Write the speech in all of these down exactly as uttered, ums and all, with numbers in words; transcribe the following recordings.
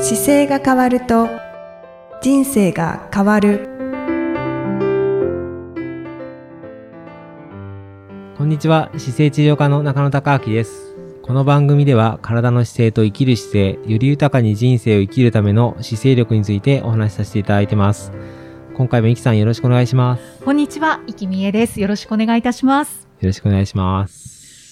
姿勢が変わると人生が変わる。 こんにちは、姿勢治療科の中野孝明です。この番組では体の姿勢と生きる姿勢、より豊かに人生を生きるための姿勢力についてお話しさせていただいてます。今回もいきさんよろしくお願いします。 こんにちは、いきみえです。よろしくお願いいたします。 よろしくお願いします。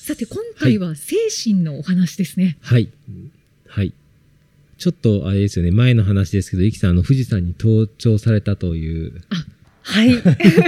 さて今回は精神のお話ですね。 はい。はい。ちょっとあれですよね、前の話ですけど、いきさんあの富士山に登頂されたという。 あ、はい。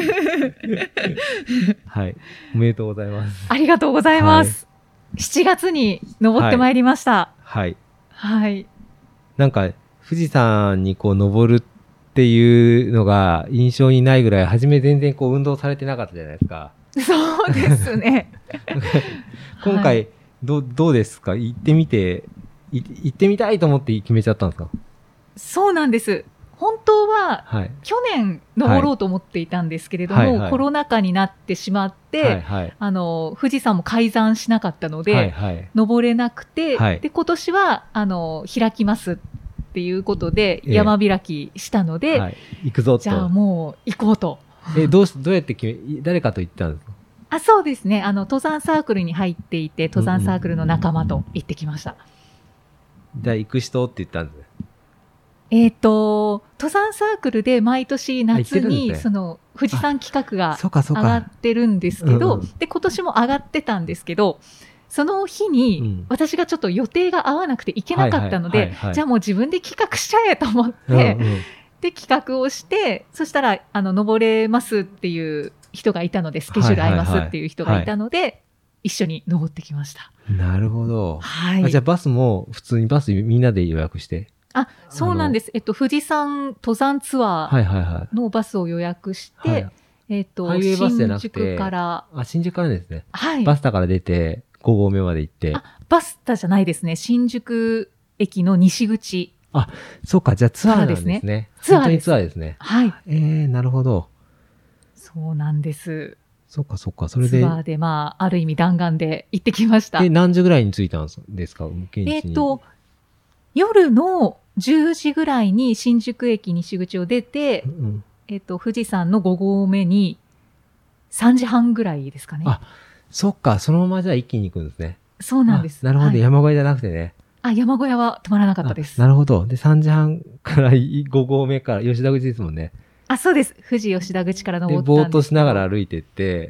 はい。おめでとうございます。 ありがとうございます。はい、しちがつに登ってまいりました。 はい。 はい。はい、 なんか富士山にこう登るっていうのが印象にないぐらい、初め全然こう運動されてなかったじゃないですか。 そうですね。 今回、はい、ど, どうですか？行ってみてい行ってみたいと思って決めちゃったんですか？ そうなんです。本当は、はい、去年登ろうと思っていたんですけれども、はいはいはい、コロナ禍になってしまって、はいはい、あの富士山も開山しなかったので、はいはい、登れなくて、はい、で今年はあの開きますっていうことで山開きしたので、えーはい、 行くぞと。 じゃあもう行こうと。 えどうどうやって決め誰かと行ったんですか？ あ、そうですね。あの登山サークルに入っていて、登山サークルの仲間と行ってきました。 うんうん、じゃあ行く人って言ったんですね。 えっと、登山サークルで毎年夏に、その、富士山企画が上がってるんですけど、で、今年も上がってたんですけど、その日に、私がちょっと予定が合わなくて行けなかったので、じゃあもう自分で企画しちゃえと思って、うんうん、で、企画をして、そしたら、あの、登れますっていう人がいたので、スケジュール合いますっていう人がいたので、はいはいはい、一緒に登ってきました。 なるほど。 はい。 あ、じゃあバスも普通にバスみんなで予約して？ あ、そうなんです。えっと、富士山登山ツアーのバスを予約して、はいはいはい、えっと、新宿から。 あ、新宿からですね。 はい。 バスタから出て、ご合目まで行って。 あ、バスタじゃないですね。新宿駅の西口。 あ、そうか。じゃあツアーなんですね。ねツアーです。 本当にツアーですね。 はい。 えー、なるほど。 そうなんです。 そっかそっか。それで。 ツアーで、まあ、ある意味弾丸で行ってきました。 で、何時ぐらいに着いたんですか？ えっと、夜のじゅうじぐらいに新宿駅西口を出て、うん、えっと、富士山のご合目にさんじはんぐらいですかね。あ、 そっか。そのままじゃあ一気に行くんですね。 そうなんです。 なるほど、はい。山小屋じゃなくてね。 あ、山小屋は泊まらなかったです。 なるほど。で、さんじはんからご合目から吉田口ですもんね。 あ、そうです。富士吉田口から登ったんです。 で、ぼーっとしながら歩いてって。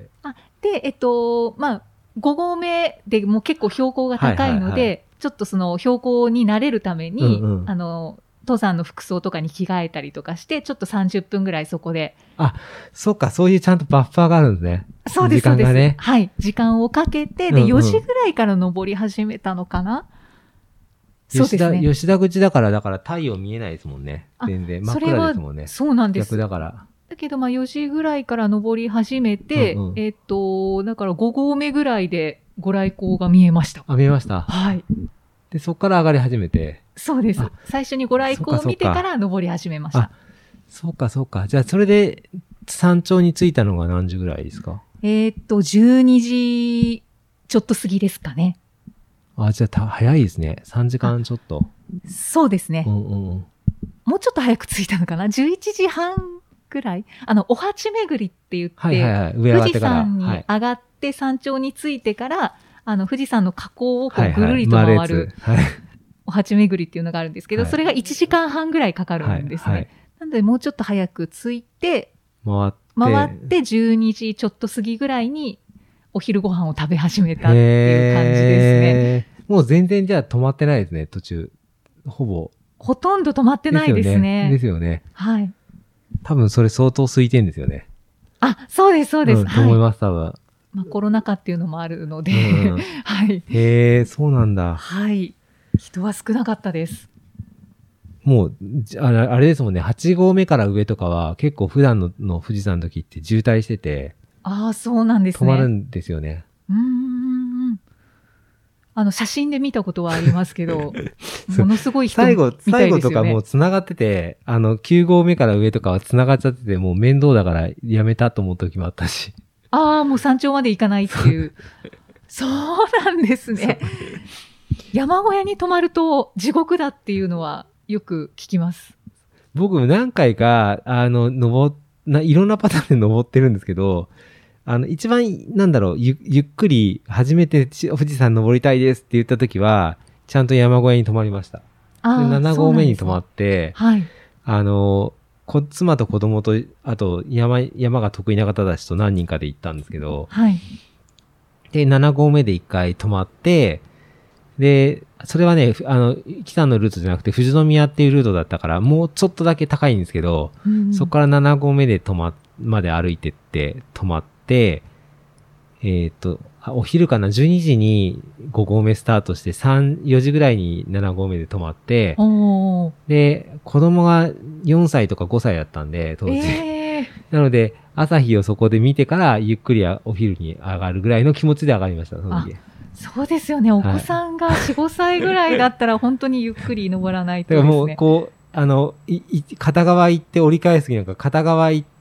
あ、で、えっと、まあ、ご合目でもう結構標高が高いので、はいはいはい、ちょっとその標高に慣れるために、うんうん、あの、登山の服装とかに着替えたりとかして、ちょっとさんじゅっぷんぐらいそこで。 あ、そっか、そういうちゃんとバッファーがあるんですね。 そうです、 時間がね。 そうです。はい。時間をかけて、で、よじぐらいから登り始めたのかな、うんうん、 そうですね。吉田口だから、だから太陽見えないですもんね。全然。真っ暗ですもんね。 そうなんです。 逆だから。 だけど、まあよじぐらいから登り始めて、うんうん、えっと、だからご合目ぐらいでご来光が見えました。 あ、見えました。 はい。 で、そこから上がり始めて。 そうです。最初にご来光を見てから登り始めました。あ、 そうかそうか。じゃあ、それで山頂に着いたのが何時ぐらいですか？ えー、っと、じゅうにじちょっと過ぎですかね。 あ、じゃあ、早いですね。さんじかんちょっと。 そうですね。 うんうん、 もうちょっと早く着いたのかな？ じゅういちじはんぐらい。あの、お鉢巡りって言って、はいはいはい、上上がってから、富士山に上がって山頂に着いてから、はい、あの、富士山の火口をこうぐるりと回る、はいはい、お鉢巡りっていうのがあるんですけど、はい、それがいちじかんはんぐらいかかるんですね。はいはい、なので、もうちょっと早く着いて、 回って、 回ってじゅうにじちょっと過ぎぐらいにお昼ご飯を食べ始めたっていう感じですね。 もう全然じゃあ止まってないですね、途中。ほぼ。 ほとんど止まってないですね。 ですよね。ですよね。 はい。 多分それ相当空いてんですよね。 あ、そうです、そうです。 うん、と思います、多分。 まあ、コロナ禍っていうのもあるので、うん、はい。 へえ、そうなんだ。 はい。人は少なかったです。 もう、あれ、あれですもんね、はち合目から上とかは結構普段 の, の富士山の時って渋滞してて。 ああ、そうなんですね。 止まるんですよね。 うーん。あの、写真で見たことはありますけど、ものすごい人みたいですよね。 最後、最後とかもう繋がってて、あの、きゅう合目から上とかは繋がっちゃってて、もう面倒だからやめたと思う時もあったし。 ああ、もう山頂まで行かないっていう。そうなんですね。山小屋に泊まると地獄だっていうのはよく聞きます。 僕も何回か、あの、登な、いろんなパターンで登ってるんですけど、あの、一番、なんだろう、ゆ、ゆっくり、初めて富士山登りたいですって言った時は、ちゃんと山小屋に泊まりました。でなな合目に泊まって、はい、あの、こ妻と子供と、あと山、山が得意な方たちと何人かで行ったんですけど、はい、で、なな合目でいっかい泊まって、で、それはね、あの、北のルートじゃなくて、富士宮っていうルートだったから、もうちょっとだけ高いんですけど、うん、そこからなな合目で泊ま、まで歩いてって、泊まって、えっと、お昼かな、じゅうにじにご合目スタートして、さん、よじぐらいになな合目で泊まって、で、子供がよんさいとかごさいだったんで、当時。えー、なので、朝日をそこで見てから、ゆっくりお昼に上がるぐらいの気持ちで上がりました、その時。 そうですよね。お子さんがよん、ごさいぐらいだったら、本当にゆっくり登らないとですね。 だからもう、こう、あの、い、い、片側行って折り返す時なんか、片側行って、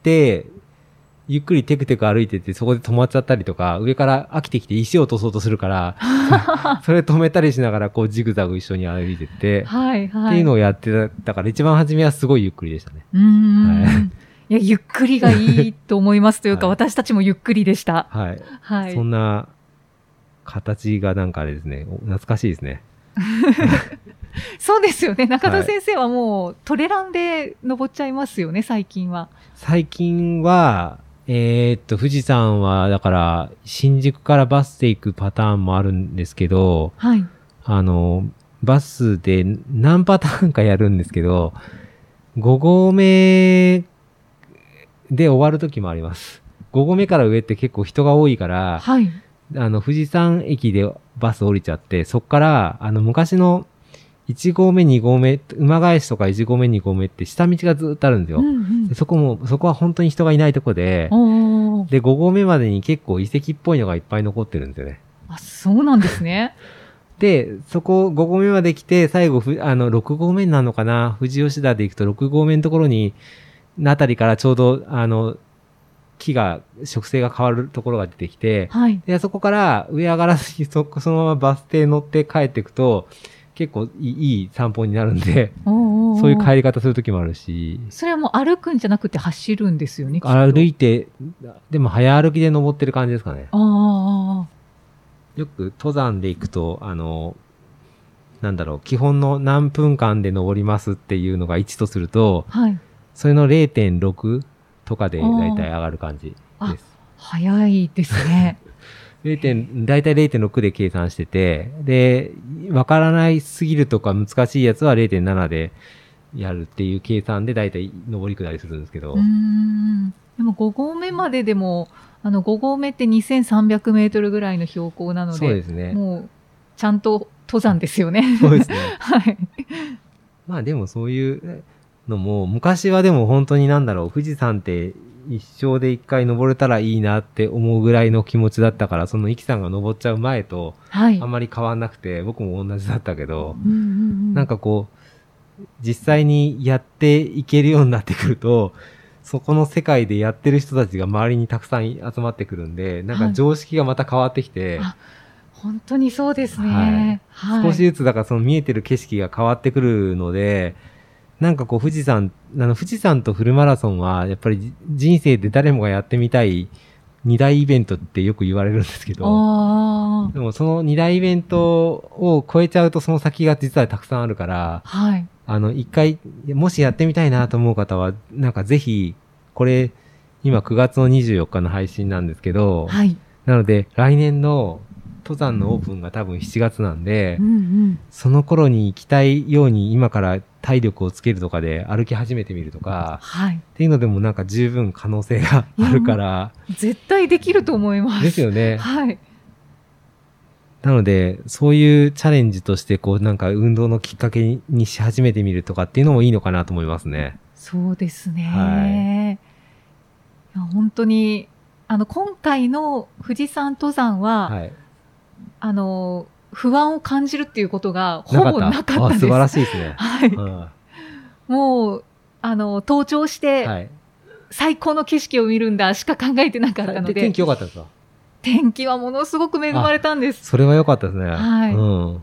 ゆっくりテクテク歩いてて、そこで止まっちゃったりとか、上から飽きてきて石を落とそうとするから、それ止めたりしながら、こう、ジグザグ一緒に歩いてって、はいはい、っていうのをやってたから、一番初めはすごいゆっくりでしたね。うーん、 はい、いや、ゆっくりがいいと思いますというか、はい、私たちもゆっくりでした。 はい。はい。そんな形がなんかあれですね、懐かしいですね。 そうですよね。中田先生はもう、トレランで登っちゃいますよね、最近は。 最近は、えー、っと、富士山は、だから、新宿からバスで行くパターンもあるんですけど、はい。あの、バスで何パターンかやるんですけど、ご合目で終わる時もあります。ご合目から上って結構人が多いから、はい。あの、富士山駅でバス降りちゃって、そっから、あの、昔のいち合目、に合目、馬返しとかいち合目、に合目って下道がずっとあるんですよ。うんうん、でそこも、そこは本当に人がいないとこで、で、ご合目までに結構遺跡っぽいのがいっぱい残ってるんですよね。 あ、そうなんですね。 で、そこご合目まで来て、最後、あの、ろく合目になるのかな、富士吉田で行くとろく合目のところに、あたりからちょうど、あの、木が、植生が変わるところが出てきて、はい、で、そこから上上がらずにそ、そのままバス停乗って帰っていくと、結構いい、いい散歩になるんで、おうおうおう、そういう帰り方するときもあるし。 それはもう歩くんじゃなくて走るんですよね、 歩いて、でも早歩きで登ってる感じですかね。ああ。よく登山で行くと、あの、なんだろう、基本の何分間で登りますっていうのがいちとすると、はい、それの れいてんろく とかでだいたい上がる感じです。 早いですね。 れいてん、だいたい れいてんろく で計算してて、で、わからないすぎるとか難しいやつは れいてんなな でやるっていう計算でだいたい上り下りするんですけど。うーん。でもご合目まででも、あのご合目ってにせんさんびゃくメートルぐらいの標高なので、 そうですね。 もう、ちゃんと登山ですよね。 そうですね。はい。まあでもそういうのも、昔はでも本当になんだろう、富士山って一生で一回登れたらいいなって思うぐらいの気持ちだったから、そのイキさんが登っちゃう前と、あんまり変わんなくて、僕も同じだったけど、うんうんうん、なんかこう、実際にやっていけるようになってくると、そこの世界でやってる人たちが周りにたくさん集まってくるんで、なんか常識がまた変わってきて、はい、 本当にそうですね、 はいはい。少しずつだからその見えてる景色が変わってくるので、なんかこう富士山、あの富士山とフルマラソンはやっぱり人生で誰もがやってみたい二大イベントってよく言われるんですけど、でもその二大イベントを超えちゃうとその先が実はたくさんあるから、はい、あの一回もしやってみたいなと思う方はなんかぜひこれ今くがつのにじゅうよっかの配信なんですけど、はい、なので来年の登山のオープンが多分しちがつなんで、うんうん、その頃に行きたいように今から体力をつけるとかで歩き始めてみるとか、はい、っていうのでもなんか十分可能性があるから。 絶対できると思います。 ですよね。 はい。 なので、そういうチャレンジとしてこうなんか運動のきっかけにし始めてみるとかっていうのもいいのかなと思いますね。 そうですね。はい、いや本当に、あの、今回の富士山登山は、はい、あの、不安を感じるっていうことがほぼなかったです。 素晴らしいですね。 はい。うん、もう、あの、登頂して、はい、最高の景色を見るんだしか考えてなかったので。 で天気良かったですか？ 天気はものすごく恵まれたんです。 それは良かったですね。 はい。うん、そ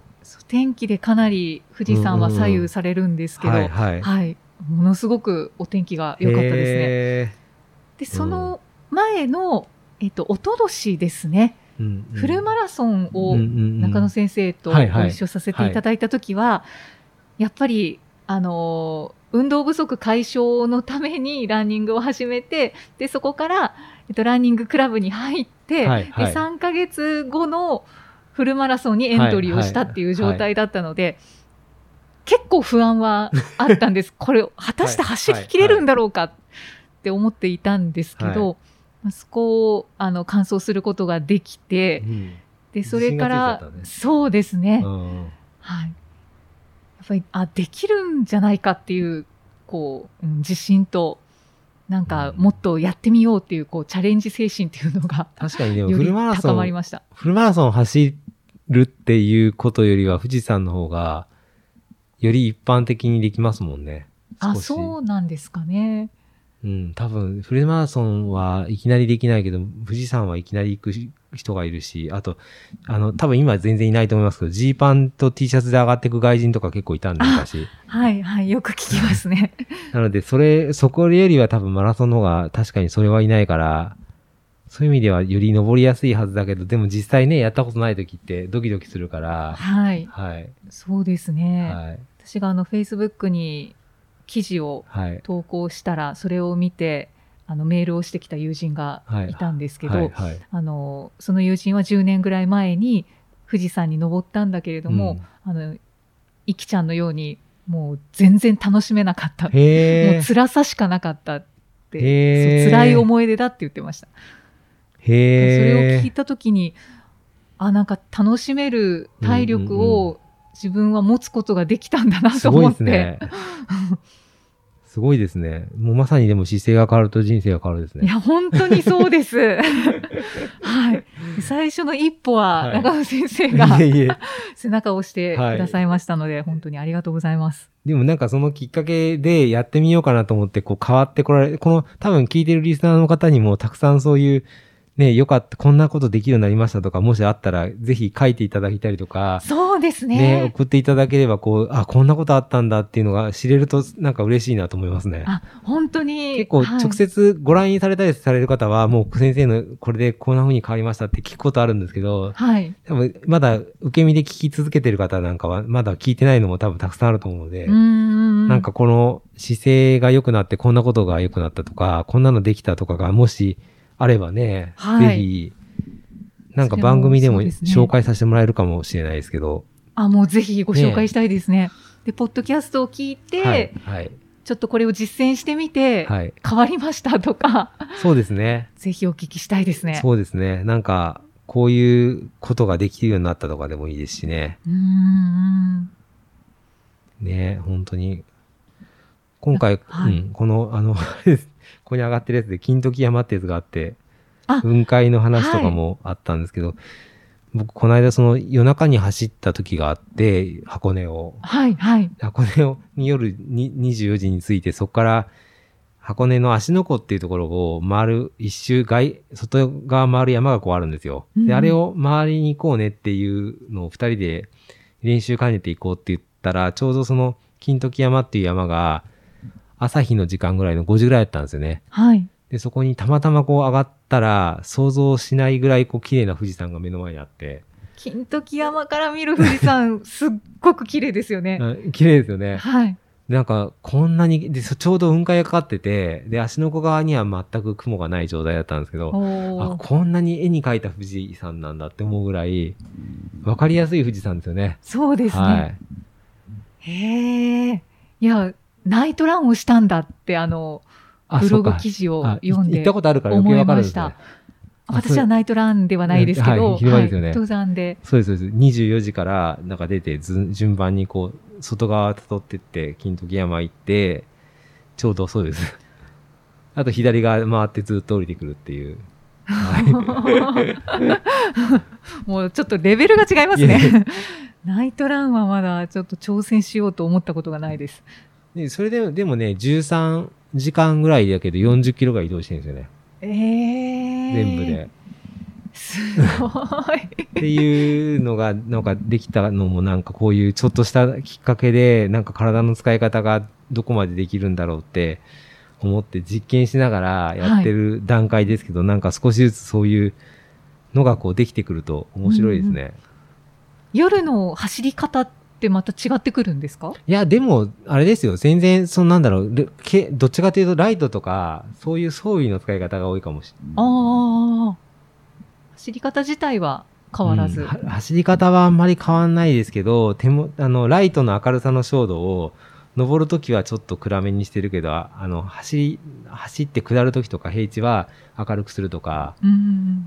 天気でかなり富士山は左右されるんですけど、 うんうんはいはいはい、ものすごくお天気が良かったですね。で、その前の、えっと、おととしですね、うんうん、フルマラソンを中野先生とご一緒させていただいたときは、はいはい、やっぱり、あのー、運動不足解消のためにランニングを始めて、で、そこから、えっと、ランニングクラブに入って、はいはい、でさんかげつごのフルマラソンにエントリーをしたっていう状態だったので、はいはいはい、結構不安はあったんです。これ、果たして走りきれるんだろうかって思っていたんですけど、はい、そこをあの完走することができて、うん、で、それから、ね、そうですね。はい。やっぱり、あ、できるんじゃないかっていう、こう、うん、自信と、なんか、もっとやってみようっていう、こう、チャレンジ精神っていうのが、 確かにでもフルマラソン、 高まりました。 フルマラソン走るっていうことよりは、富士山の方が、より一般的にできますもんね。 あ、そうなんですかね。 うん、多分、フルマラソンはいきなりできないけど、富士山はいきなり行く人がいるし、あと、あの、多分今全然いないと思いますけど、ジーパンと T シャツで上がっていく外人とか結構いたんで、昔。 はいはい、よく聞きますね。 なので、それ、そこよりは多分マラソンの方が確かにそれはいないから、そういう意味ではより登りやすいはずだけど、でも実際ね、やったことない時ってドキドキするから。 はい。 はい。 そうですね。はい。私があの、Facebook に記事を投稿したら、はい、それを見て、あのメールをしてきた友人がいたんですけど、はいはいはい、あのその友人はじゅうねんぐらい前に富士山に登ったんだけれども、うん、あのいきちゃんのようにもう全然楽しめなかった、もう辛さしかなかったって、そう辛い思い出だって言ってました。へそれを聞いたときに、あ、なんか楽しめる体力を自分は持つことができたんだなと思って、うんうんうん、すごいですね。 すごいですね。もうまさにでも姿勢が変わると人生が変わるですね。 いや、本当にそうです。はい。最初の一歩は中野先生が、はい、いえいえ背中を押してくださいましたので、はい、本当にありがとうございます。 でもなんかそのきっかけでやってみようかなと思ってこう変わってこられ、この多分聞いてるリスナーの方にもたくさんそういうね、よかった、こんなことできるようになりましたとか、もしあったら、ぜひ書いていただいたりとか。 そうですね。 ね、送っていただければ、こう、あ、こんなことあったんだっていうのが知れると、なんか嬉しいなと思いますね。 あ、本当に。 結構、直接ご覧されたりされる方は、はい、もう先生のこれでこんな風に変わりましたって聞くことあるんですけど、はい。多分、まだ受け身で聞き続けてる方なんかは、まだ聞いてないのも多分たくさんあると思うので、うーんなんかこの姿勢が良くなって、こんなことが良くなったとか、こんなのできたとかが、もしあればね、はい、ぜひ、なんか番組でも紹介させてもらえるかもしれないですけど。 あ、もうぜひご紹介したいですね。ねで、ポッドキャストを聞いて、はいはい、ちょっとこれを実践してみて、はい、変わりましたとか。 そうですね。 ぜひお聞きしたいですね。 そうですね。なんか、こういうことができるようになったとかでもいいですしね。うーん。ね、本当に。今回、はい、うん、この、あの、ここに上がってるやつで、金時山ってやつがあって、雲海の話とかもあったんですけど、はい、僕、この間その夜中に走った時があって、箱根を。 はい、はい。 箱根をに夜ににじゅうよじに着いて、そこから箱根の芦ノ湖っていうところを回る、一周外、外側回る山がこうあるんですよ。うん、で、あれを回りに行こうねっていうのを二人で練習兼ねて行こうって言ったら、ちょうどその金時山っていう山が朝日の時間ぐらいのごじぐらいだったんですよね。はい。で、そこにたまたまこう上がったら、想像しないぐらいこう綺麗な富士山が目の前にあって。 金時山から見る富士山、すっごく綺麗ですよね。 綺麗ですよね。はい。なんか、こんなに、で、ちょうど雲海がかかってて、で、芦ノ湖側には全く雲がない状態だったんですけど、あ、こんなに絵に描いた富士山なんだって思うぐらい、わかりやすい富士山ですよね。 そうですね。はい。へえ。いや、ナイトランをしたんだって、あの、ブログ記事を読んで行ったことあるから余計わかるんですね。 私はナイトランではないですけど、 はい、昼間ですよね、 はい、登山で。 そうです、そうです。にじゅうよじからなんか出てず、順番にこう、外側辿ってって、金時山行って、ちょうどそうです。あと左側回ってずっと降りてくるっていう。 はい、もうちょっとレベルが違いますね。ナイトランはまだちょっと挑戦しようと思ったことがないです。 でそれで、でもね、じゅうさんじかんぐらいだけどよんじゅっキロが移動してるんですよね。えー、全部で。 すごいっていうのがなんかできたのもなんかこういうちょっとしたきっかけでなんか体の使い方がどこまでできるんだろうって思って実験しながらやってる段階ですけど、はい、なんか少しずつそういうのがこうできてくると面白いですね。うんうん、 夜の走り方ってまた違ってくるんですか？ いやでもあれですよ、全然そのなんだろう、どっちかというとライトとかそういう装備の使い方が多いかもしれない。 ああ、走り方自体は変わらず、うん、 走り方はあんまり変わんないですけど、手もあのライトの明るさの照度を登るときはちょっと暗めにしてるけど、あの走り走って下るときとか平地は明るくするとか、うんうん、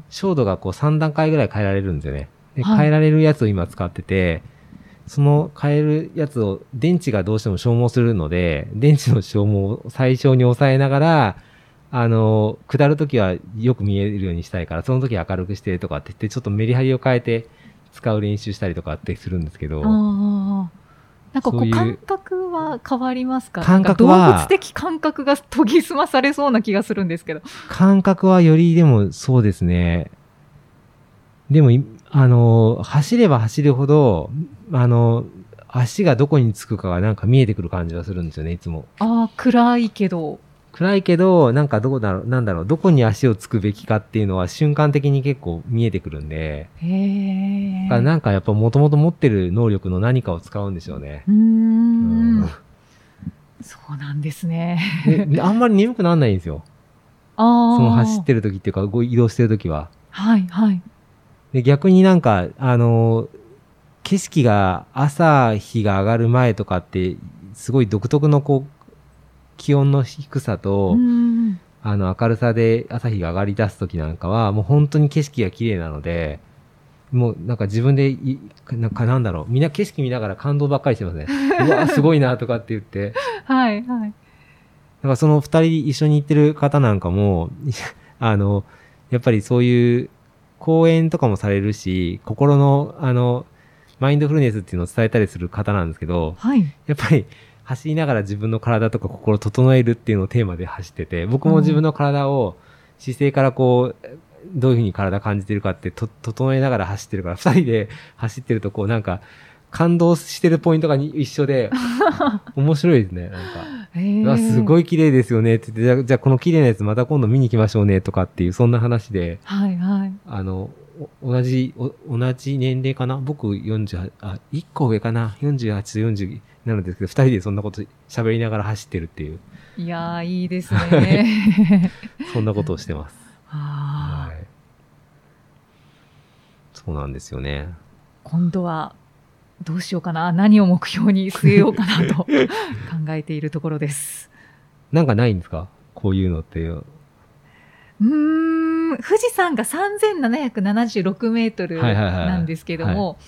照度がこうさん段階ぐらい変えられるんですよね。で、はい、変えられるやつを今使ってて、その変えるやつを電池がどうしても消耗するので、電池の消耗を最小に抑えながら、あの下るときはよく見えるようにしたいから、その時は明るくしてとかって言って、ちょっとメリハリを変えて使う練習したりとかってするんですけど。 あなんかこう感覚は変わりますか？感覚は動物的感覚が研ぎ澄まされそうな気がするんですけど。 感覚はよりでもそうですね。でもあの走れば走るほどあの足がどこにつくかがなんか見えてくる感じがするんですよね、いつも。ああ、暗いけど。 暗いけどなんかどこだろうなんだろうどこに足をつくべきかっていうのは瞬間的に結構見えてくるんで。 へー。 だからなんかやっぱもともと持ってる能力の何かを使うんでしょうね。 うーん。うん、そうなんですね。 であんまり眠くならないんですよ。 ああ。 その走ってる時っていうか移動してる時は。 はいはい。 で逆になんかあの景色が朝日が上がる前とかってすごい独特のこう気温の低さと、うん、あの明るさで朝日が上がり出す時なんかはもう本当に景色が綺麗なので、もうなんか自分でいなんかなんだろうみんな景色見ながら感動ばっかりしてますね。うわすごいなとかって言ってはいはい。だからそのふたり一緒に行ってる方なんかもあのやっぱりそういう講演とかもされるし、心のあのマインドフルネスっていうのを伝えたりする方なんですけど、 はい、 やっぱり走りながら自分の体とか心を整えるっていうのをテーマで走ってて、僕も自分の体を姿勢からこうどういう風に体感じてるかってと整えながら走ってるから、二人で走ってるとこうなんか感動してるポイントが一緒で面白いですね。なんか、 えー、 すごい綺麗ですよねって言って、じゃあ、じゃあこの綺麗なやつまた今度見に行きましょうねとかっていうそんな話で、 はいはい、 あの同じ同じ年齢かな、僕よんじゅうはち、あいっこ上かな、よんじゅうはちとよんじゅうなのですけど、ふたりでそんなこと喋りながら走ってるっていう。 いやーいいですね。 そんなことをしてます。 はい、 そうなんですよね。 今度はどうしようかな、何を目標に据えようかなと考えているところです。 なんかないんですか、こういうのっていう。 うーん、富士山がさんぜんななひゃくななじゅうろくメートルなんですけども、はいはいはい、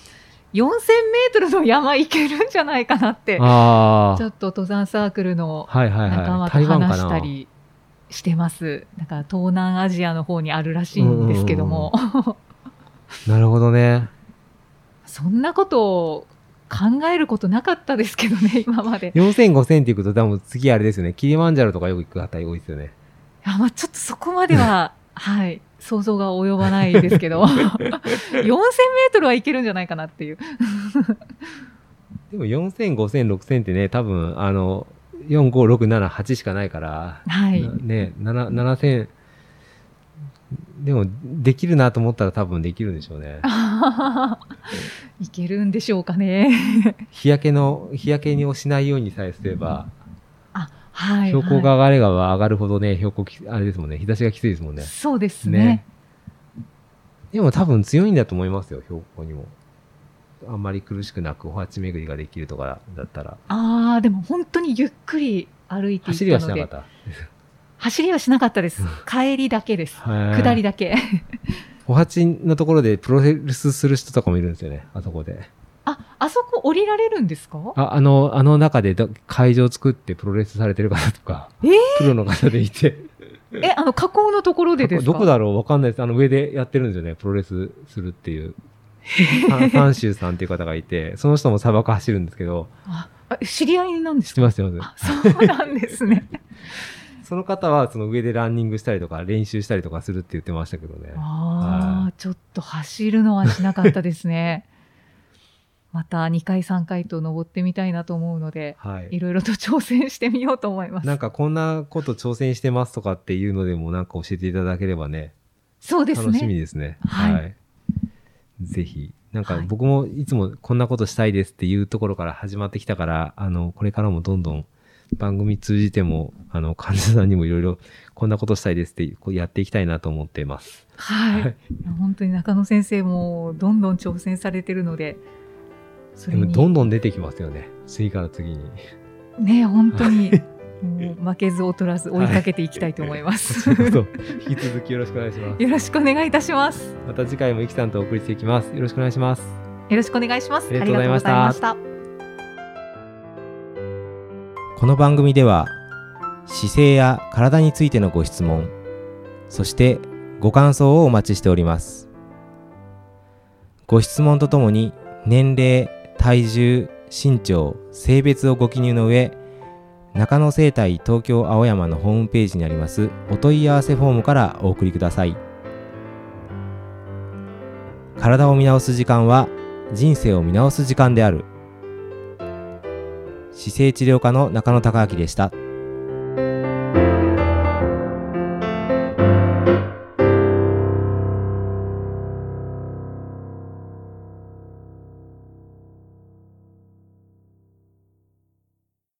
よんせんメートルの山行けるんじゃないかなって、 あちょっと登山サークルの仲間と話したりしてます。はいはいはい、だから東南アジアの方にあるらしいんですけども。 なるほどね。 そんなことを考えることなかったですけどね、今まで。 よんせん、ごせんっていうこと多分次あれですよね。キリマンジャロとかよく行く方多いですよね。 いや、まあちょっとそこまでは、はい、想像が及ばないですけど、よんせんメートルはいけるんじゃないかなっていう。 でもよんせん、ごせん、ろくせんってね、多分、あの、よん、ご、ろく、なな、はちしかないから、 はい。 ね、ななせん、でも、できるなと思ったら多分できるんでしょうね。 いけるんでしょうかね。 日焼けの、日焼けにをしないようにさえすれば、 あ、はい。 標高が上がれば上がるほどね、標高き、あれですもんね、日差しがきついですもんね。 そうですね。ね、 でも多分強いんだと思いますよ、標高にも。あんまり苦しくなくお鉢巡りができるとかだったら。 ああ、でも本当にゆっくり歩いていったので。 走りはしなかった。 走りはしなかったです。帰りだけです。下りだけ。 お鉢のところでプロレスする人とかもいるんですよね、あそこで。 あ、あそこ降りられるんですか？ あ、あの、あの中で会場作ってプロレスされてる方とか、 えー、 プロの方でいて。 え、あの、河口のところでですか？ どこだろうわかんないです。あの、上でやってるんですよね、プロレスするっていう。三州さんっていう方がいて、その人も砂漠走るんですけど。 あ、知り合いなんですか？ 知ってます、知ってます。そうなんですね。 その方はその上でランニングしたりとか練習したりとかするって言ってましたけどね。 ああちょっと走るのはしなかったですね。またにかいさんかいと登ってみたいなと思うので、はい、いろいろと挑戦してみようと思います。 なんかこんなこと挑戦してますとかっていうのでもなんか教えていただければね。 そうですね。 楽しみですね。はい。はい、ぜひ。なんか僕もいつもこんなことしたいですっていうところから始まってきたから、あの、これからもどんどん番組通じても、あの、患者さんにもいろいろこんなことしたいですってこうやっていきたいなと思っています。 はい。本当に中野先生もどんどん挑戦されてるので、 それにでもどんどん出てきますよね。次から次に。 ね、本当に。もう負けず劣らず追いかけていきたいと思います。 はい、引き続きよろしくお願いします。 よろしくお願いいたします。 また次回もいきさんとお送りしていきます。よろしくお願いします。 よろしくお願いします。 ありがとうございました。した。この番組では姿勢や体についてのご質問、そしてご感想をお待ちしております。ご質問とともに年齢、体重、身長、性別をご記入の上、中野生態東京青山のホームページにありますお問い合わせフォームからお送りください。体を見直す時間は人生を見直す時間である。姿勢治療科の中野孝明でした。